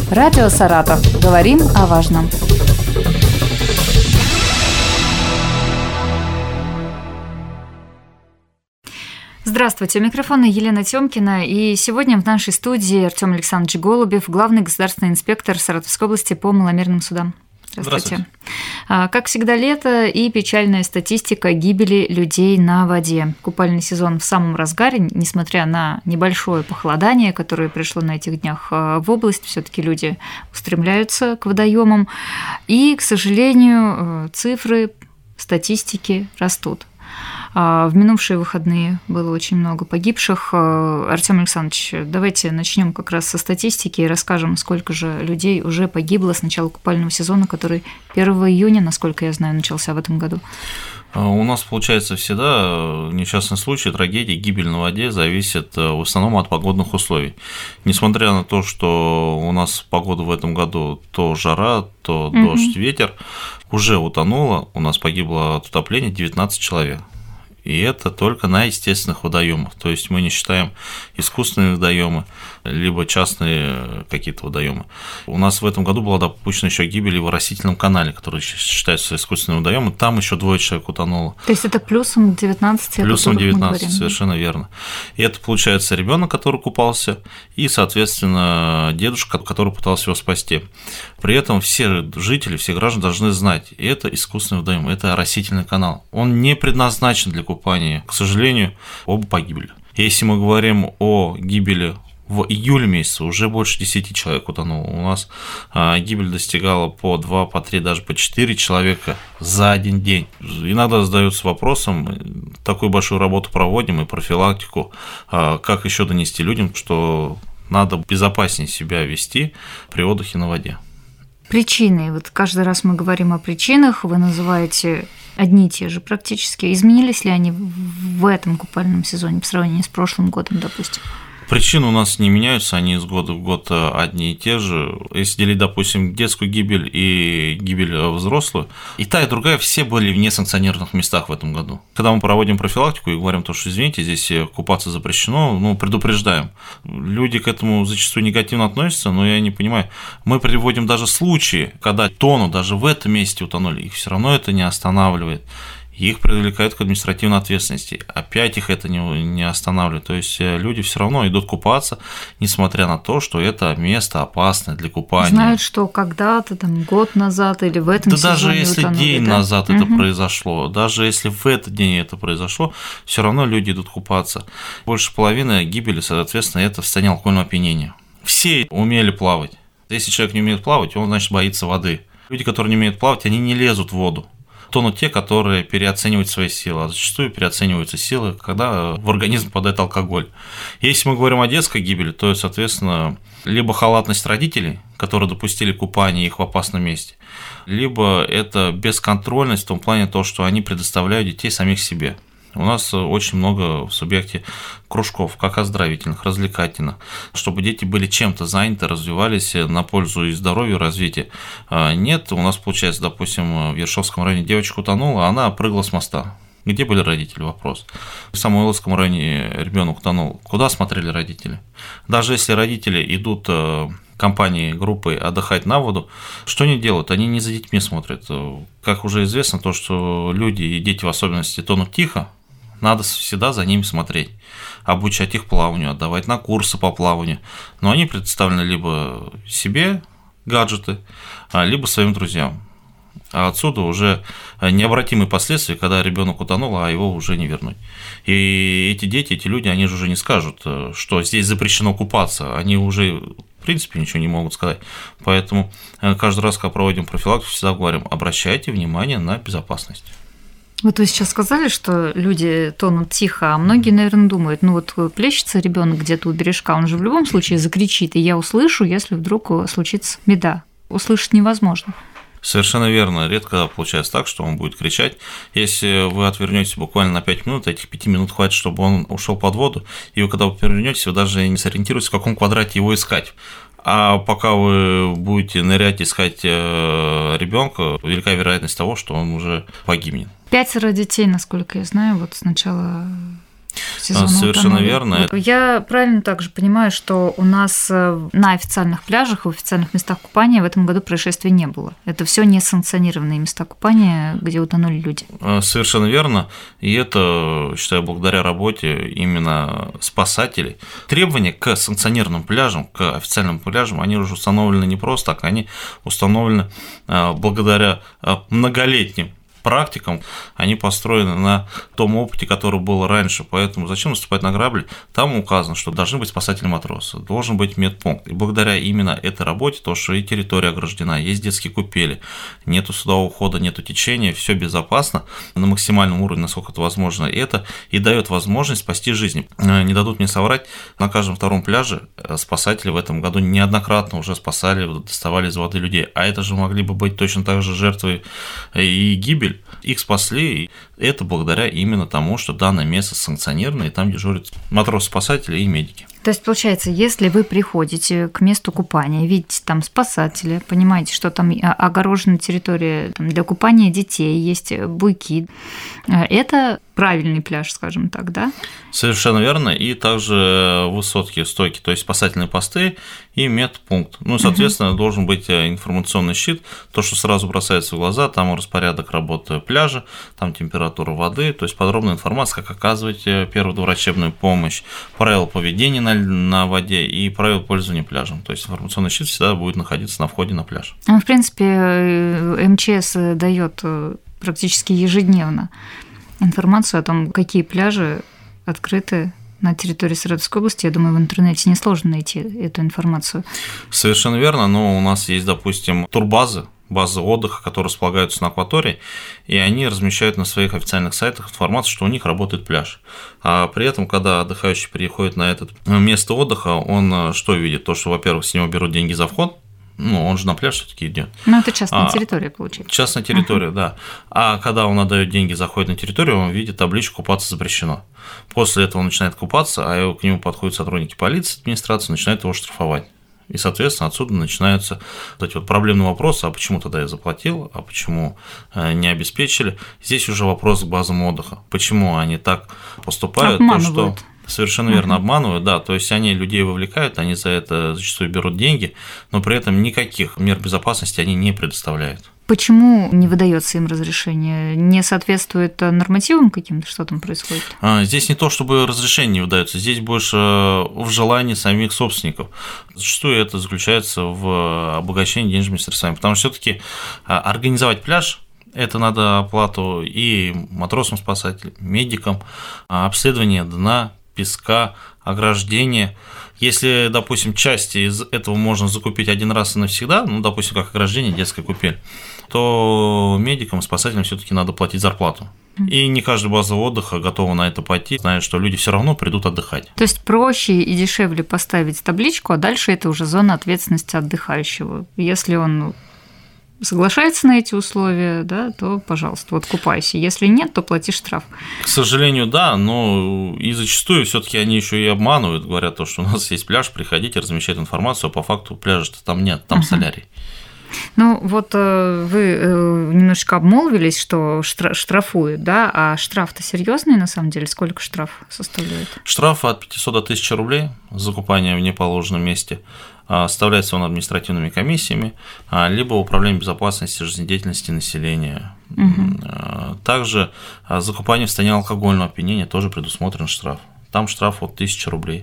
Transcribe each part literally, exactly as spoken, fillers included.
Радио Саратов. Говорим о важном. Здравствуйте, у микрофона Елена Тёмкина, и сегодня в нашей студии Артём Александрович Голубев, главный государственный инспектор Саратовской области по маломерным судам. Здравствуйте. Здравствуйте. Как всегда, лето и печальная статистика гибели людей на воде. Купальный сезон в самом разгаре, несмотря на небольшое похолодание, которое пришло на этих днях в область, все-таки люди устремляются к водоемам, и, к сожалению, цифры статистики растут. В минувшие выходные было очень много погибших. Артём Александрович, давайте начнем как раз со статистики и расскажем, сколько же людей уже погибло с начала купального сезона, который первого июня, насколько я знаю, начался в этом году. У нас, получается, всегда несчастный случай, трагедии, гибель на воде зависит в основном от погодных условий. Несмотря на то, что у нас погода в этом году то жара, то угу. дождь, ветер, уже утонуло, у нас погибло от утопления девятнадцать человек. И это только на естественных водоемах. То есть мы не считаем искусственные водоемы, либо частные какие-то водоемы. У нас в этом году была допущена еще гибель в оросительном канале, который считается искусственным водоемом. Там еще двое человек утонуло. То есть это плюсом девятнадцать? Плюсом девятнадцать, совершенно верно. И это получается ребенок, который купался, и, соответственно, дедушка, который пытался его спасти. При этом все жители, все граждане должны знать, это искусственный водоем, это оросительный канал. Он не предназначен для купания. К сожалению, оба погибли. Если мы говорим о гибели в июле месяце, уже больше десяти человек утонуло. У нас гибель достигала по два, по три, даже по четыре человека за один день. Иногда задаются вопросом, такую большую работу проводим и профилактику, как еще донести людям, что надо безопаснее себя вести при отдыхе на воде. Причины. Вот каждый раз мы говорим о причинах, вы называете одни и те же практически. Изменились ли они в этом купальном сезоне по сравнению с прошлым годом, допустим? Причины у нас не меняются, они из года в год одни и те же. Если делить, допустим, детскую гибель и гибель взрослую, и та, и другая все были в несанкционированных местах в этом году. Когда мы проводим профилактику и говорим, то, что, извините, здесь купаться запрещено, ну, предупреждаем. Люди к этому зачастую негативно относятся, но я не понимаю. Мы приводим даже случаи, когда тонут, даже в этом месте утонули, их все равно это не останавливает. Их привлекают к административной ответственности. Опять их это не, не останавливает. То есть люди все равно идут купаться, несмотря на то, что это место опасное для купания. Знают, что когда-то, там, год назад или в этом да сезоне даже если утонули, день да? назад угу. это произошло, даже если в этот день это произошло, все равно люди идут купаться. Больше половины гибели, соответственно, это в состоянии алкогольного опьянения. Все умели плавать. Если человек не умеет плавать, он, значит, боится воды. Люди, которые не умеют плавать, они не лезут в воду. Тонут те, которые переоценивают свои силы, а зачастую переоцениваются силы, когда в организм попадает алкоголь. Если мы говорим о детской гибели, то, соответственно, либо халатность родителей, которые допустили купание их в опасном месте, либо это бесконтрольность в том плане того, что они предоставляют детей самих себе. У нас очень много в субъекте кружков, как оздоровительных, развлекательных, чтобы дети были чем-то заняты, развивались на пользу и здоровью, и развитию. Нет, у нас, получается, допустим, в Ершовском районе девочка утонула, она прыгала с моста. Где были родители? Вопрос. В Самойловском районе ребенок утонул. Куда смотрели родители? Даже если родители идут компании, группы отдыхать на воду, что они делают? Они не за детьми смотрят. Как уже известно, то, что люди и дети в особенности тонут тихо, надо всегда за ними смотреть, обучать их плаванию, отдавать на курсы по плаванию. Но они представлены либо себе гаджеты, либо своим друзьям. А отсюда уже необратимые последствия, когда ребенок утонул, а его уже не вернуть. И эти дети, эти люди, они же уже не скажут, что здесь запрещено купаться. Они уже, в принципе, ничего не могут сказать. Поэтому каждый раз, когда проводим профилактику, всегда говорим, обращайте внимание на безопасность. Вот вы сейчас сказали, что люди тонут тихо, а многие, наверное, думают, ну вот плещется ребенок где-то у бережка, он же в любом случае закричит, и я услышу, если вдруг случится беда. Услышать невозможно. Совершенно верно. Редко получается так, что он будет кричать. Если вы отвернетесь буквально на пять минут, этих пяти минут хватит, чтобы он ушел под воду, и вы, когда вы повернетесь, вы даже не сориентируетесь, в каком квадрате его искать. А пока вы будете нырять, искать ребенка, велика вероятность того, что он уже погибнет. Пятеро детей, насколько я знаю, вот с начала сезона Совершенно утонули. верно. Я правильно также понимаю, что у нас на официальных пляжах и в официальных местах купания в этом году происшествий не было. Это все несанкционированные места купания, где утонули люди. Совершенно верно. И это, считаю, благодаря работе именно спасателей. Требования к санкционированным пляжам, к официальным пляжам, они уже установлены не просто так, они установлены благодаря многолетним практикам, они построены на том опыте, который был раньше, поэтому зачем наступать на грабли? Там указано, что должны быть спасательные матросы, должен быть медпункт, и благодаря именно этой работе, то, что и территория ограждена, есть детские купели, нету судового хода, нету течения, все безопасно на максимальном уровне, насколько это возможно, и это и дает возможность спасти жизни. Не дадут мне соврать, на каждом втором пляже спасатели в этом году неоднократно уже спасали, доставали из воды людей, а это же могли бы быть точно так же жертвы и гибель. Их спасли, и это благодаря именно тому, что данное место санкционировано, и там дежурят матросы-спасатели и медики. То есть, получается, если вы приходите к месту купания, видите там спасателя, понимаете, что там огорожена территория для купания детей, есть буйки, это правильный пляж, скажем так, да? Совершенно верно. И также высотки, стойки, то есть спасательные посты и медпункт. Ну, соответственно, угу. должен быть информационный щит, то, что сразу бросается в глаза, там распорядок работы пляжа, там температура воды, то есть подробная информация, как оказывать первую врачебную помощь, правила поведения на, на воде и правила пользования пляжем. То есть информационный щит всегда будет находиться на входе на пляж. В принципе, эм че эс дает практически ежедневно информацию о том, какие пляжи открыты на территории Саратовской области. Я думаю, в интернете несложно найти эту информацию. Совершенно верно, но у нас есть, допустим, турбазы, базы отдыха, которые располагаются на акватории, и они размещают на своих официальных сайтах информацию, что у них работает пляж. А при этом, когда отдыхающий приходит на это место отдыха, он что видит? То, что, во-первых, с него берут деньги за вход, ну, он же на пляж все-таки идет. Ну, это частная а, территория, получается. Частная территория, uh-huh. да. А когда он отдает деньги, заходит на территорию, он видит табличку «Купаться запрещено». После этого он начинает купаться, а к нему подходят сотрудники полиции, администрации, начинают его штрафовать. И, соответственно, отсюда начинаются вот эти вот проблемные вопросы, а почему тогда я заплатил, а почему не обеспечили. Здесь уже вопрос к базам отдыха. Почему они так поступают? То, что... Совершенно верно, uh-huh. обманывают, да, то есть они людей вовлекают, они за это зачастую берут деньги, но при этом никаких мер безопасности они не предоставляют. Почему не выдается им разрешение? Не соответствует нормативам каким-то, что там происходит? Здесь не то, чтобы разрешение не выдается, здесь больше в желании самих собственников. Зачастую это заключается в обогащении денежными средствами, потому что все-таки организовать пляж – это надо оплату и матросам-спасателям, медикам, обследование дна, песка, ограждение. Если, допустим, части из этого можно закупить один раз и навсегда, ну, допустим, как ограждение, детская купель, то медикам, спасателям все-таки надо платить зарплату. И не каждая база отдыха готова на это пойти, зная, что люди все равно придут отдыхать. То есть проще и дешевле поставить табличку, а дальше это уже зона ответственности отдыхающего. Если он соглашается на эти условия, да, то, пожалуйста, вот купайся. Если нет, то плати штраф. К сожалению, да, но и зачастую все-таки они еще и обманывают, говорят то, что у нас есть пляж, приходите, размещать информацию, а по факту пляжа-то там нет, там uh-huh. солярий. Ну, вот вы немножечко обмолвились, что штрафуют, да, а штраф-то серьезный на самом деле? Сколько штраф составляет? Штраф от пятисот до тысячи рублей за купание в неположенном месте. Составляется он административными комиссиями, либо управлением безопасности жизнедеятельности населения. Угу. Также за купание в состоянии алкогольного опьянения тоже предусмотрен штраф. Там штраф от тысячи рублей.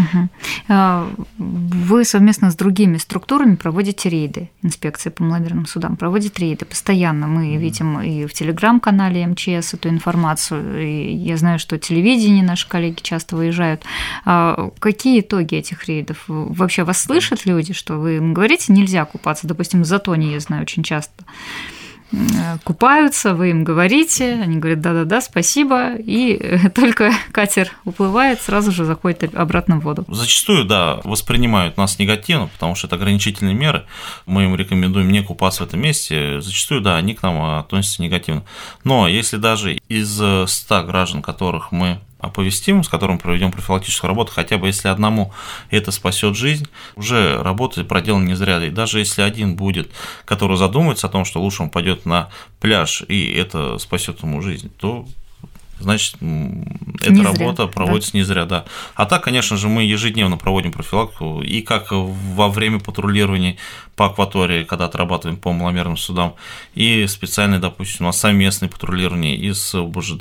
Угу. Вы совместно с другими структурами проводите рейды, инспекции по маломерным судам проводит рейды постоянно. Мы mm-hmm. видим и в телеграм-канале эм че эс эту информацию, и я знаю, что телевидение наши коллеги часто выезжают. Какие итоги этих рейдов? Вообще вас слышат люди, что вы им говорите, нельзя купаться? Допустим, в Затоне, я знаю, очень часто купаются, вы им говорите, они говорят да-да-да, спасибо, и только катер уплывает, сразу же заходит обратно в воду. Зачастую, да, воспринимают нас негативно, потому что это ограничительные меры, мы им рекомендуем не купаться в этом месте, зачастую, да, они к нам относятся негативно. Но если даже из ста граждан, которых мы оповестим, с которым проведем профилактическую работу, хотя бы если одному это спасет жизнь, уже работа проделана не зря. И даже если один будет, который задумается о том, что лучше он пойдет на пляж, и это спасет ему жизнь, то значит, эта не работа зря, проводится да. не зря, да. А так, конечно же, мы ежедневно проводим профилактику, и как во время патрулирования по акватории, когда отрабатываем по маломерным судам, и специальные, допустим, у нас совместные патрулирования и с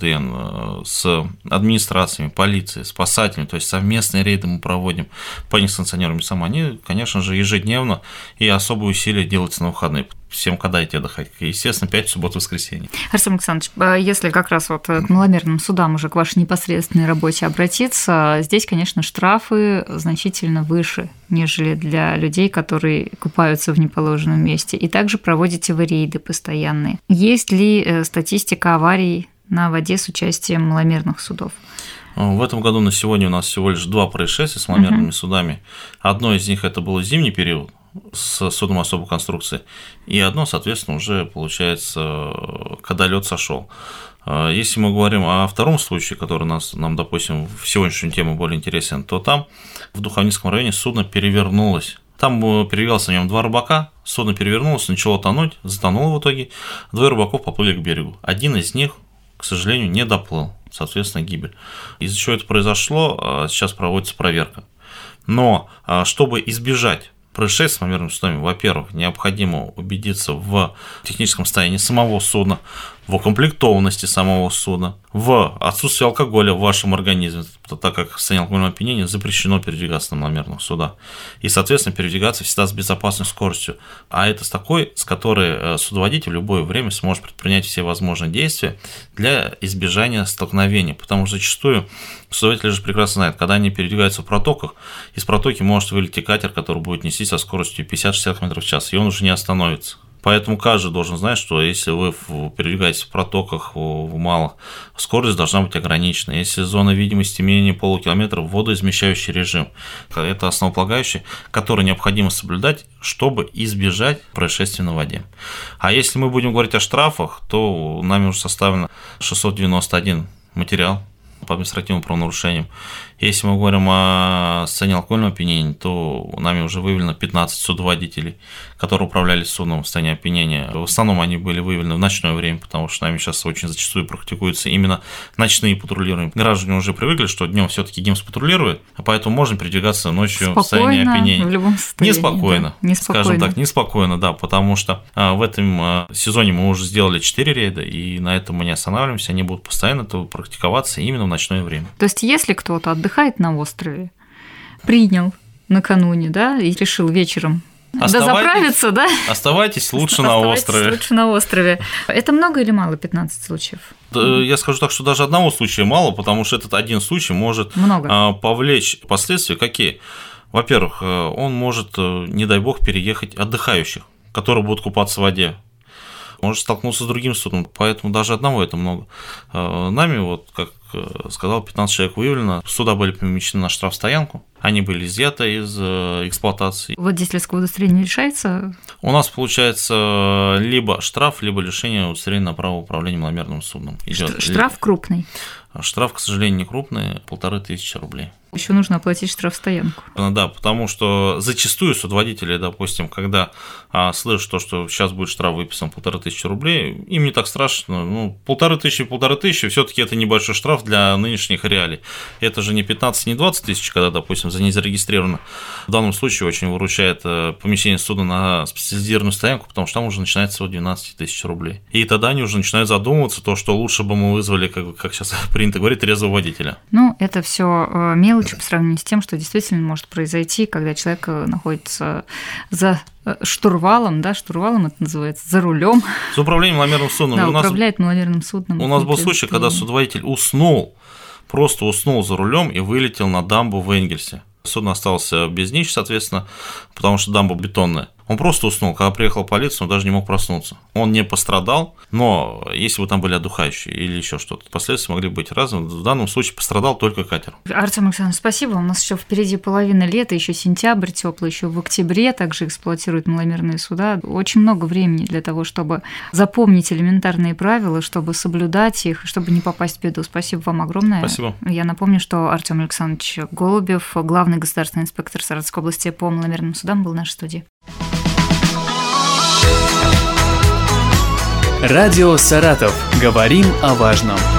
УБЖДН, с администрациями, полицией, спасателями, то есть совместные рейды мы проводим по несанкционированным местам, они, конечно же, ежедневно, и особые усилия делаются на выходные. Всем когда идти отдыхать? Естественно, пять, субботу, воскресенье. Артем Александрович, если как раз вот к маломерным судам уже к вашей непосредственной работе обратиться, здесь, конечно, штрафы значительно выше, нежели для людей, которые купаются в неположенном месте. И также проводите вы рейды постоянные. Есть ли статистика аварий на воде с участием маломерных судов? В этом году на сегодня у нас всего лишь два происшествия с маломерными uh-huh. судами. Одно из них это было зимний период с судом особой конструкции, и одно, соответственно, уже получается, когда лед сошел. Если мы говорим о втором случае, который нас, нам, допустим, в сегодняшнюю тему более интересен, то там, в Духовницком районе, судно перевернулось. Там передвигалось на нем два рыбака, судно перевернулось, начало тонуть, затонуло в итоге, двое рыбаков поплыли к берегу. Один из них, к сожалению, не доплыл, соответственно, гибель. Из-за чего это произошло, сейчас проводится проверка. Но чтобы избежать происшествий с маломерными судами, во-первых, необходимо убедиться в техническом состоянии самого судна, в укомплектованности самого судна, в отсутствии алкоголя в вашем организме, так как в состоянии алкогольного опьянения запрещено передвигаться на маломерных судах. И, соответственно, передвигаться всегда с безопасной скоростью. А это с такой, с которой судоводитель в любое время сможет предпринять все возможные действия для избежания столкновения. Потому что зачастую судоводители же прекрасно знают, когда они передвигаются в протоках, из протоки может вылететь катер, который будет нести со скоростью пятьдесят-шестьдесят км в час, и он уже не остановится. Поэтому каждый должен знать, что если вы передвигаетесь в протоках в малых, скорость должна быть ограничена. Если зона видимости менее полукилометра, водоизмещающий режим. Это основополагающий, который необходимо соблюдать, чтобы избежать происшествий на воде. А если мы будем говорить о штрафах, то нами уже составлено шестьсот девяносто один материал по административным правонарушениям. Если мы говорим о состоянии алкогольного опьянения, то нами уже выявлено пятнадцать судоводителей, которые управляли судном в состоянии опьянения. В основном они были выявлены в ночное время, потому что нами сейчас очень зачастую практикуются именно ночные патрулирования. Граждане уже привыкли, что днем все-таки ГИМС патрулирует, поэтому можно передвигаться ночью спокойно, в состоянии опьянения. В любом состоянии. Неспокойно, да. Неспокойно, скажем так, неспокойно, да, потому что в этом сезоне мы уже сделали четыре рейда, и на этом мы не останавливаемся, они будут постоянно практиковаться именно в ночное время. То есть, если кто-то отдыхает на острове, принял накануне, да, и решил вечером дозаправиться, да? Оставайтесь лучше на острове. лучше на острове. Это много или мало, пятнадцать случаев? Я скажу так, что даже одного случая мало, потому что этот один случай может много. повлечь последствия какие? Во-первых, он может, не дай бог, переехать отдыхающих, которые будут купаться в воде. Может столкнуться с другим судном, поэтому даже одного это много. Нами, вот, как сказал, пятнадцать человек выявлено, суда были помещены на штрафстоянку, они были изъяты из эксплуатации. Водительское удостоверение лишается? У нас получается либо штраф, либо лишение удостоверения на право управления маломерным судном. Идёт. Штраф крупный? Штраф, к сожалению, не крупный, полторы тысячи рублей. Еще нужно оплатить штрафстоянку. Да, потому что зачастую судоводители, допустим, когда а, слышат то, что сейчас будет штраф выписан полторы тысячи рублей, им не так страшно. Ну, полторы тысячи, полторы тысячи, все-таки это небольшой штраф для нынешних реалий. Это же не пятнадцать, не двадцать тысяч, когда, допустим, за незарегистрировано. В данном случае очень выручает помещение судна на специализированную стоянку, потому что там уже начинается от двенадцать тысяч рублей. И тогда они уже начинают задумываться, то, что лучше бы мы вызвали, как, как сейчас принято говорить, трезвого водителя. Ну, это все мелочи по сравнению с тем, что действительно может произойти, когда человек находится за штурвалом, да, штурвалом это называется, за рулем. За управлением маломерным судном. Да, управляет маломерным судном. У нас был случай, когда судоводитель уснул, просто уснул за рулем и вылетел на дамбу в Энгельсе. Судно осталось без днищ, соответственно, потому что дамба бетонная. Он просто уснул. Когда приехала полиция, он даже не мог проснуться. Он не пострадал, но если бы там были отдыхающие или еще что-то, последствия могли быть разными. В данном случае пострадал только катер. Артем Александрович, спасибо. У нас еще впереди половина лета, еще сентябрь теплый, еще в октябре также эксплуатируют маломерные суда. Очень много времени для того, чтобы запомнить элементарные правила, чтобы соблюдать их, чтобы не попасть в беду. Спасибо вам огромное. Спасибо. Я напомню, что Артем Александрович Голубев, главный государственный инспектор Саратовской области по маломерным судам, был в нашей студии. Радио «Саратов». Говорим о важном.